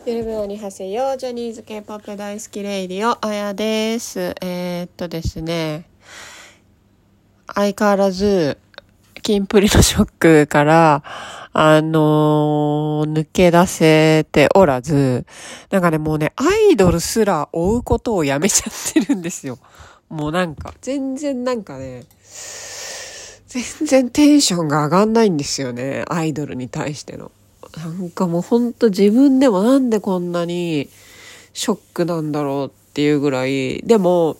ゆるぶおにはせよジャニーズ K-POP 大好きレイディオあやです。ですね、相変わらずキンプリのショックから抜け出せておらず、なんかね、もうね、アイドルすら追うことをやめちゃってるんですよ。もうなんか全然テンションが上がんないんですよね、アイドルに対しての。なんかもうほんと自分でもなんでこんなにショックなんだろうっていうぐらい。でも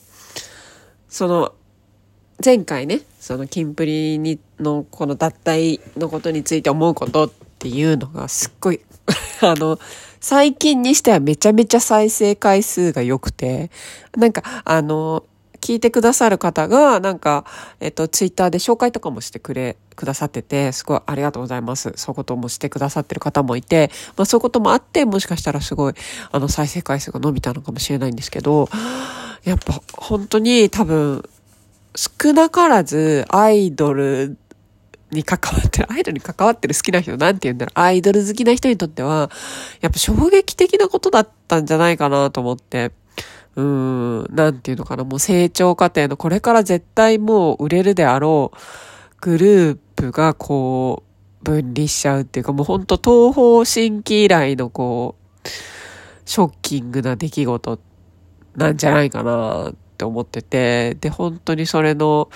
前回ね、キンプリのこの脱退のことについて思うことっていうのがすっごい最近にしてはめちゃめちゃ再生回数が良くて、なんか聞いてくださる方が、ツイッターで紹介とかもしてくださってて、すごいありがとうございます。そういうこともしてくださってる方もいて、そういうこともあって、もしかしたらすごい、再生回数が伸びたのかもしれないんですけど、やっぱ本当に多分、少なからずアイドルに関わってる好きな人、なんて言うんだろう、アイドル好きな人にとっては、やっぱ衝撃的なことだったんじゃないかなと思って、なんていうのかな、もう成長過程のこれから絶対もう売れるであろうグループがこう分離しちゃうっていうか、もうほんと東方神起以来のショッキングな出来事なんじゃないかなって思ってて、で本当にそれの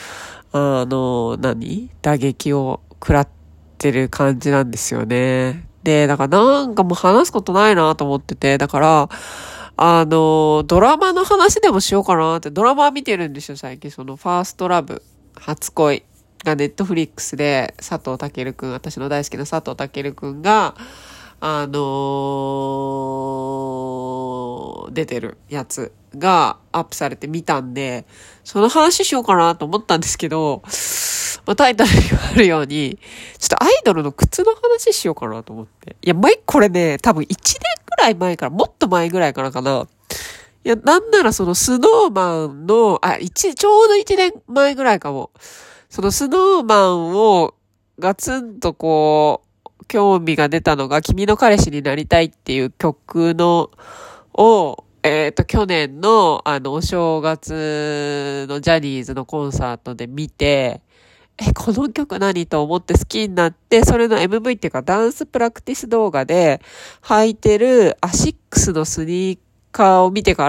打撃を食らってる感じなんですよね。でだからなんかもう話すことないなと思ってて、だからドラマの話でもしようかなって、ドラマ見てるんですよ、最近。ファーストラブ、初恋がネットフリックスで、佐藤健くん、私の大好きな佐藤健くんが、出てるやつがアップされて見たんで、その話しようかなと思ったんですけど、タイトルにあるように、ちょっとアイドルの靴の話しようかなと思って。いや、これね、多分1年くらい前から、もっと前ぐらいからかな。いや、なんならスノーマンの、ちょうど1年前ぐらいかも。スノーマンをガツンと興味が出たのが、君の彼氏になりたいっていう曲を、去年の、お正月のジャニーズのコンサートで見て、この曲何と思って好きになって、それの MV っていうかダンスプラクティス動画で履いてるアシックスのスニーカーを見てから、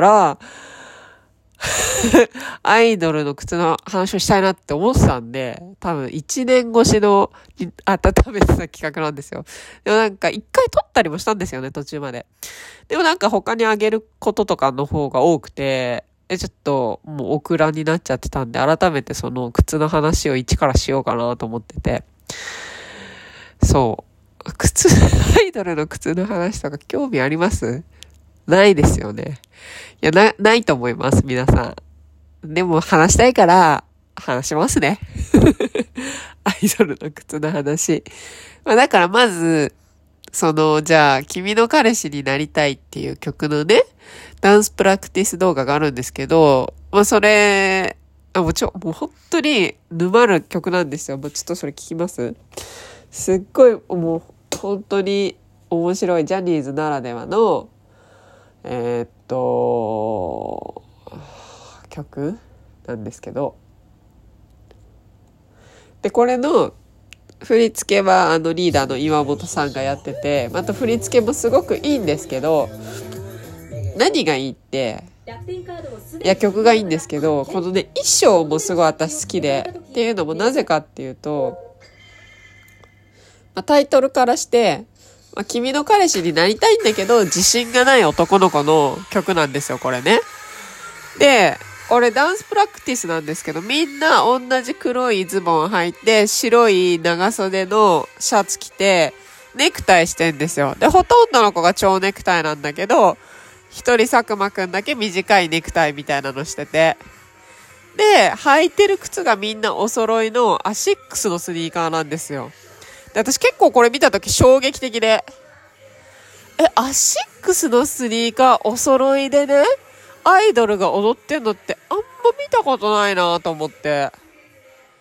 アイドルの靴の話をしたいなって思ってたんで、多分1年越しの温めてた企画なんですよ。でも一回撮ったりもしたんですよね、途中まで。でも他にあげることとかの方が多くて、ちょっともうオクラになっちゃってたんで、改めて靴の話を一からしようかなと思ってて。そう。アイドルの靴の話とか興味あります？ないですよね。いや、ないと思います、皆さん。でも話したいから話しますね。アイドルの靴の話。だからまず、じゃあ、君の彼氏になりたいっていう曲のね、ダンスプラクティス動画があるんですけど、それ、もう本当に沼る曲なんですよ。ちょっとそれ聞きます？すっごい、もう本当に面白いジャニーズならではの、曲なんですけど。で、これの、振り付けはリーダーの岩本さんがやってて、また振り付けもすごくいいんですけど、何がいいって、曲がいいんですけど、このね、衣装もすごい私好きで、っていうのもなぜかっていうと、タイトルからして、君の彼氏になりたいんだけど、自信がない男の子の曲なんですよ、これね。で、これダンスプラクティスなんですけど、みんな同じ黒いズボン履いて、白い長袖のシャツ着て、ネクタイしてんですよ。で、ほとんどの子が蝶ネクタイなんだけど、一人佐久間くんだけ短いネクタイみたいなのしてて。で、履いてる靴がみんなお揃いのアシックスのスニーカーなんですよ。で、私結構これ見たとき衝撃的で。アシックスのスニーカーお揃いでね、アイドルが踊ってんのってあんま見たことないなと思って。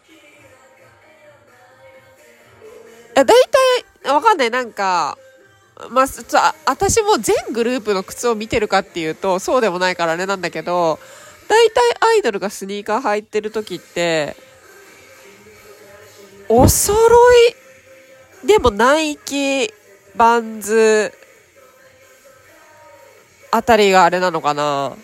だいたいわかんない、 まあ、私も全グループの靴を見てるかっていうと、そうでもないからあれなんだけど、大体アイドルがスニーカー履いてる時って、お揃いでもナイキ、バンズあたりがあれなのかな、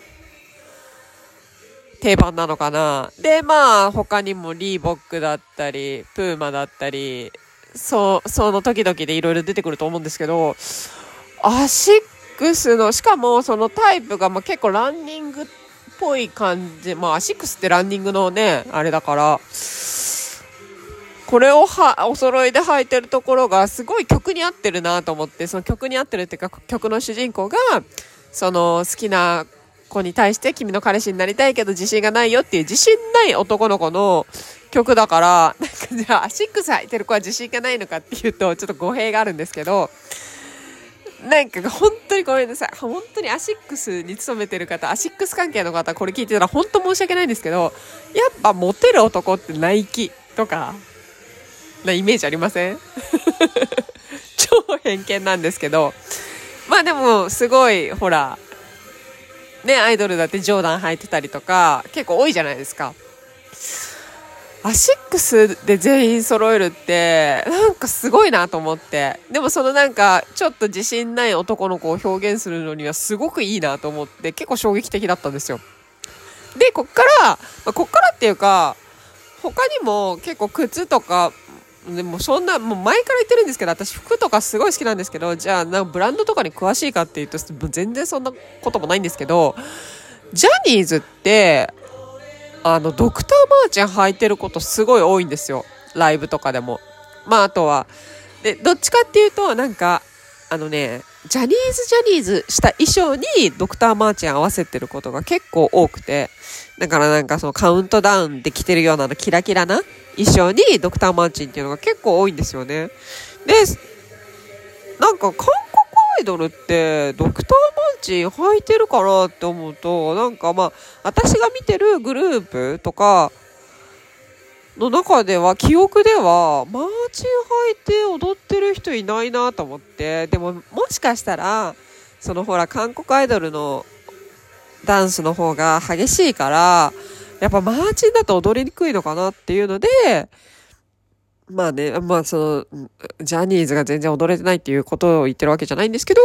定番なのかな。で、まあ他にもリーボックだったりプーマだったり、その時々でいろいろ出てくると思うんですけど、アシックスの、しかもそのタイプがまあ結構ランニングっぽい感じ。まあアシックスってランニングのねあれだから、これをお揃いで履いてるところがすごい曲に合ってるなと思って、その曲に合ってるっていうか、曲の主人公がその好きな子に対して君の彼氏になりたいけど自信がないよっていう自信ない男の子の曲だから、なんかじゃあアシックス履いてる子は自信がないのかっていうとちょっと語弊があるんですけど、なんか本当にごめんなさい、本当にアシックスに勤めてる方、アシックス関係の方これ聞いてたら本当申し訳ないんですけど、やっぱモテる男ってナイキとかなイメージありません？超偏見なんですけど、まあでもすごいほらね、アイドルだってジョーダン履いてたりとか結構多いじゃないですか。アシックスで全員揃えるってなんかすごいなと思って、でもそのなんかちょっと自信ない男の子を表現するのにはすごくいいなと思って、結構衝撃的だったんですよ。でこっからっていうか、他にも結構靴とかでもそんなもう前から言ってるんですけど、私服とかすごい好きなんですけど、じゃあなんかブランドとかに詳しいかっていうと全然そんなこともないんですけど、ジャニーズってドクターマーチン履いてることすごい多いんですよ、ライブとかでも。まああとはでどっちかっていうとなんかジャニーズした衣装にドクターマーチン合わせてることが結構多くて、だからなんかそのカウントダウンで着てるようなキラキラな衣装にドクターマーチンっていうのが結構多いんですよね。で、なんか韓国アイドルってドクターマーチン履いてるからって思うと、なんかまあ私が見てるグループとかの中では記憶ではマーチン履いて踊ってる人いないなと思って、でももしかしたらそのほら韓国アイドルのダンスの方が激しいからやっぱマーチンだと踊りにくいのかなっていうので、まあね、まあそのジャニーズが全然踊れてないっていうことを言ってるわけじゃないんですけど、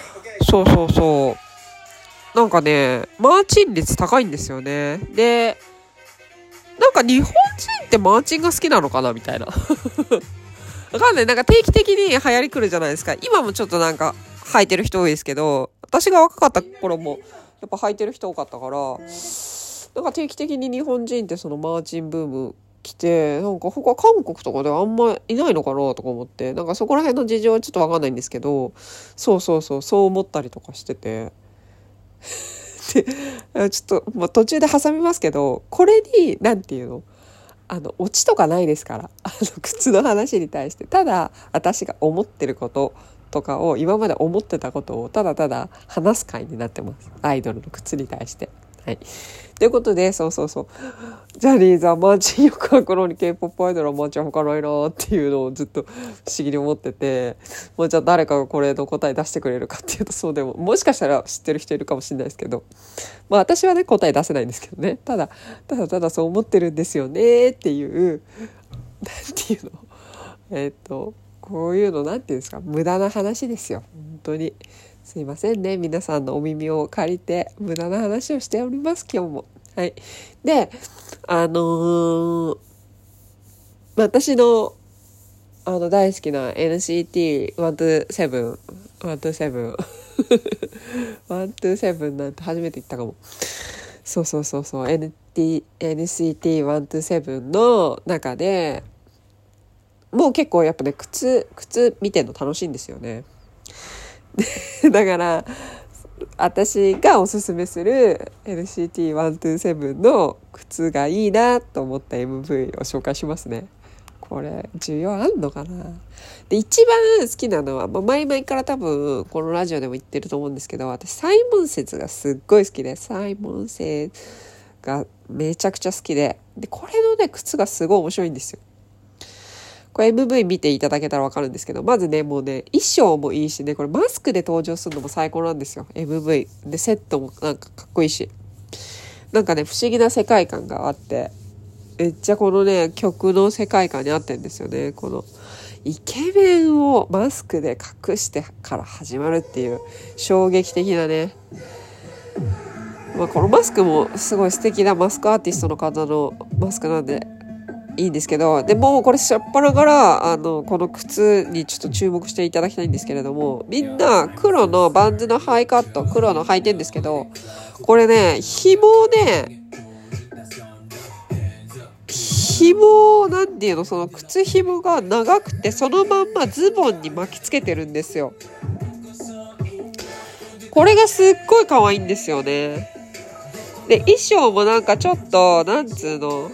そうなんかねマーチン率高いんですよね。でなんか日本人ってマーチンが好きなのかなみたいな。わかんない。なんか定期的に流行り来るじゃないですか。今もちょっとなんか履いてる人多いですけど、私が若かった頃もやっぱ履いてる人多かったから、なんか定期的に日本人ってそのマーチンブーム来て、なんか他韓国とかであんまいないのかなとか思って、なんかそこら辺の事情はちょっとわかんないんですけど、そう思ったりとかしてて。でちょっと、まあ、途中で挟みますけど、これになんていうのオチとかないですから、靴の話に対して。ただ私が思ってることとかを、今まで思ってたことをただただ話す回になってます、アイドルの靴に対して。はい。ということで、そうジャニーズはマーチンよく履くのに K-POP アイドルはマーチン履かないなっていうのをずっと不思議に思ってて、もうじゃあ誰かがこれの答え出してくれるかっていうと、そうでも、もしかしたら知ってる人いるかもしれないですけど、まあ私はね答え出せないんですけどね、ただそう思ってるんですよねっていう、なんていうの、こういうのなんていうんですか、無駄な話ですよ本当に。すいませんね、皆さんのお耳を借りて無駄な話をしております今日も。はい。で私の大好きな NCT127 127なんて初めて言ったかも。NCT127 の中でもう結構やっぱね靴見てるの楽しいんですよね。だから私がおすすめする NCT127 の靴がいいなと思った MV を紹介しますね。これ需要あんのかな。で一番好きなのは、前々から多分このラジオでも言ってると思うんですけど、私サイモン節がすっごい好きで、サイモン節がめちゃくちゃ好きで、これのね靴がすごい面白いんですよ。 これ MV 見ていただけたらわかるんですけど、まずね、もうね、衣装もいいしね、これマスクで登場するのも最高なんですよ。MV。で、セットもなんかかっこいいし。なんかね、不思議な世界観があって、めっちゃこのね、曲の世界観に合ってんですよね。この、イケメンをマスクで隠してから始まるっていう衝撃的なね。まあ、このマスクもすごい素敵なマスクアーティストの方のマスクなんで、いいんですけど、でもこれしょっぱなからこの靴にちょっと注目していただきたいんですけれども、みんな黒のバンズのハイカット黒の履いてんですけど、これね紐なんていうの、その靴紐が長くてそのまんまズボンに巻きつけてるんですよ。これがすっごい可愛いんですよね。で衣装もなんかちょっとなんつうの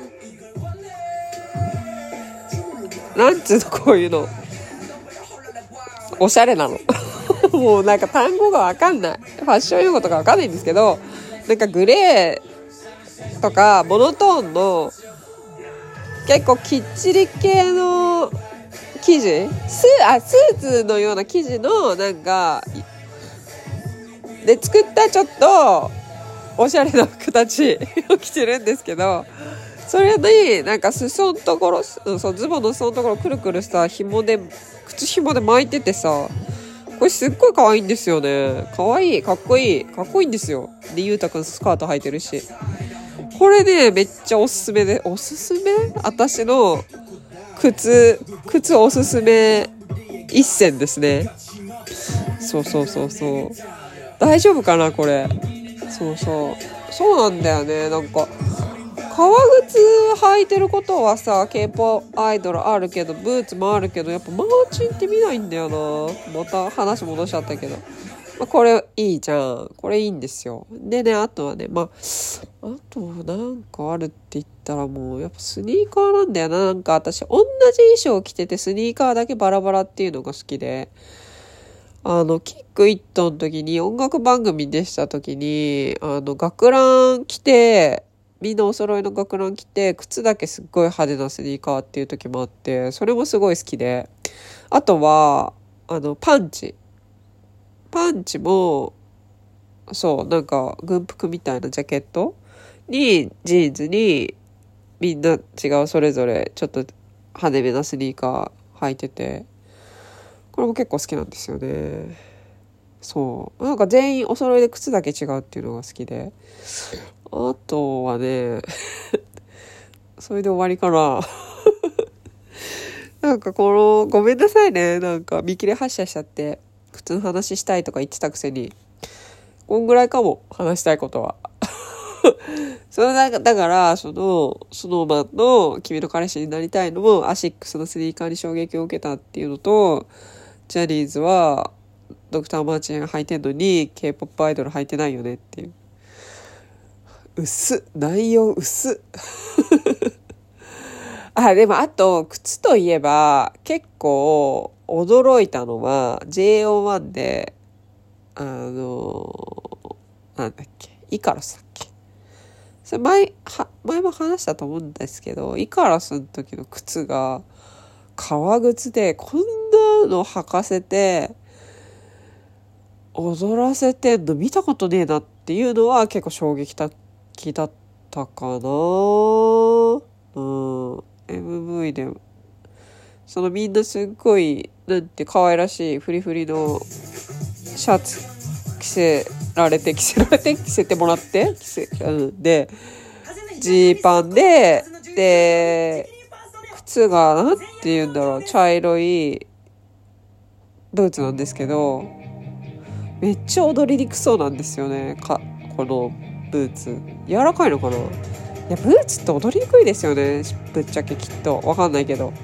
こういうのおしゃれなのもうなんか単語がわかんない、ファッション用語とかわかんないんですけど、なんかグレーとかモノトーンの結構きっちり系の生地、スーツのような生地のなんかで作ったちょっとおしゃれな形を着てるんですけど、それになんか裾のところ、そうズボンの裾のところくるくるした紐で靴紐で巻いててさ、これすっごい可愛いんですよね。可愛い、かっこいいんですよ。でゆうたくんスカート履いてるし、これねめっちゃおすすめで、私の靴おすすめ一選ですね。そう大丈夫かなこれ。そうなんだよね。なんか革靴履いてることはさ K-POP アイドルあるけど、ブーツもあるけど、やっぱマーチンって見ないんだよな。また話戻しちゃったけど、これいいじゃん。これいいんですよ。でね、あとはね、あとなんかあるって言ったらもうやっぱスニーカーなんだよな。なんか私同じ衣装着ててスニーカーだけバラバラっていうのが好きで、キックイットの時に音楽番組でした時に学ラン着て、みんなお揃いの学ラン着て靴だけすっごい派手なスニーカーっていう時もあって、それもすごい好きで、あとはパンチもそうなんか軍服みたいなジャケットにジーンズにみんな違うそれぞれちょっと派手めなスニーカー履いてて、これも結構好きなんですよね。そうなんか全員お揃いで靴だけ違うっていうのが好きで、あとはねそれで終わりかななんかごめんなさいね、なんか見切り発車しちゃって靴の話したいとか言ってたくせに、こんぐらいかも話したいことはだからスノーマンの君の彼氏になりたいのもアシックスのスニーカーに衝撃を受けたっていうのと、ジャニーズはドクターマーチン履いてんのに K-POP アイドル履いてないよねっていう。内容薄でもあと靴といえば結構驚いたのは JO1 でなんだっけ、イカロスだっけ、それ前も話したと思うんですけど、イカロスの時の靴が革靴で、こんなの履かせて踊らせてんの見たことねえなっていうのは結構衝撃的だったかな。MV でそのみんなすっごいなんて可愛らしいフリフリのシャツ着せてもらってでジーパンで靴がなんて言うんだろう、茶色いブーツなんですけど、めっちゃ踊りにくそうなんですよね。このブーツ柔らかいのかな。いやブーツって踊りにくいですよね、ぶっちゃけ。きっとわかんないけど、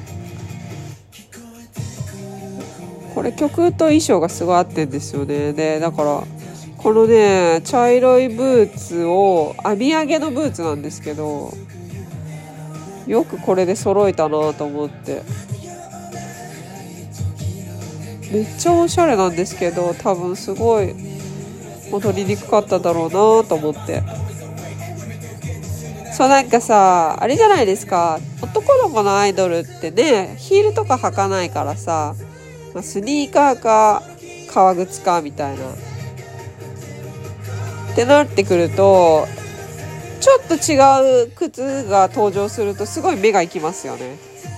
これ曲と衣装がすごい合ってんですよね。でだからこのね茶色いブーツを編み上げのブーツなんですけど、よくこれで揃えたなと思って、めっちゃおしゃれなんですけど、多分すごい踊りにくかっただろうなと思って、 そうなんかさ、あれじゃないですか。男の子のアイドルってね、ヒールとか履かないからさ、スニーカーか革靴かみたいな。ってなってくると、ちょっと違う靴が登場するとすごい目がいきますよね。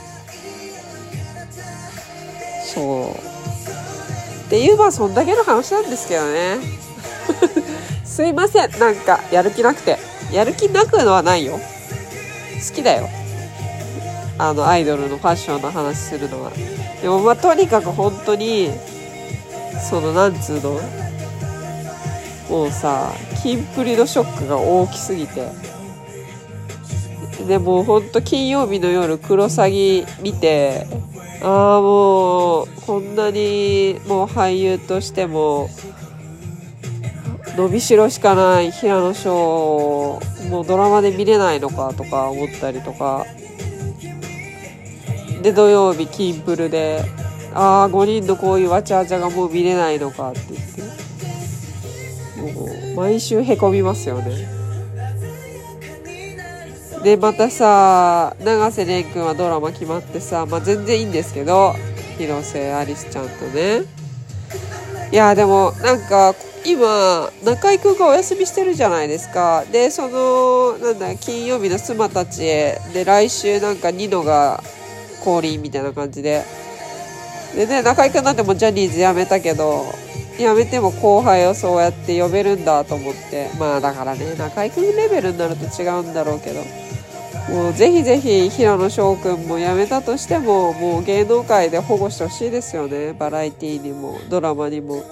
そう。っていうそんだけの話なんですけどね。すいません、なんかやる気なくて。やる気なくのはないよ。好きだよ。アイドルのファッションの話するのは。でもとにかく本当に、なんつうの、もうさ、キンプリのショックが大きすぎて。でもうほんと金曜日の夜クロサギ見て、もうこんなにもう俳優としても伸びしろしかない平野紫耀もうドラマで見れないのかとか思ったりとかで、土曜日キンプルで5人のこういうわちゃわちゃがもう見れないのかって言って、もう毎週へこみますよね。でまたさ、永瀬廉君はドラマ決まってさ、全然いいんですけど、広瀬アリスちゃんとね。いやでもなんか今中居君がお休みしてるじゃないですか。で金曜日のスマたちへで、来週なんかニノが降臨みたいな感じでね、中居君なんてもうジャニーズ辞めたけど、辞めても後輩をそうやって呼べるんだと思って、だからね、中居君レベルになると違うんだろうけど、もうぜひぜひ平野紫耀君も辞めたとしても、もう芸能界で保護してほしいですよね。バラエティにもドラマにも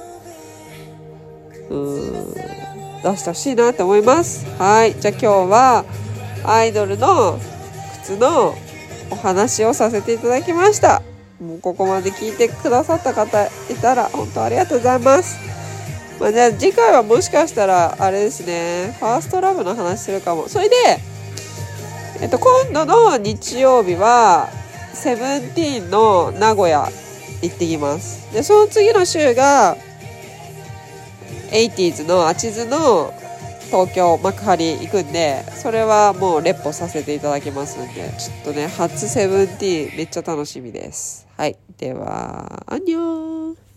出してほしいなって思います。はい、じゃあ今日はアイドルの靴のお話をさせていただきました。もうここまで聞いてくださった方いたら本当ありがとうございます。じゃあ次回はもしかしたらあれですね、ファーストラブの話するかも。それで今度の日曜日はセブンティーンの名古屋行ってきます。でその次の週が80sのアチズの東京幕張行くんで、それはもうレポさせていただきますんで、ちょっとね初セブンティーンめっちゃ楽しみです。はい、ではアンニョン。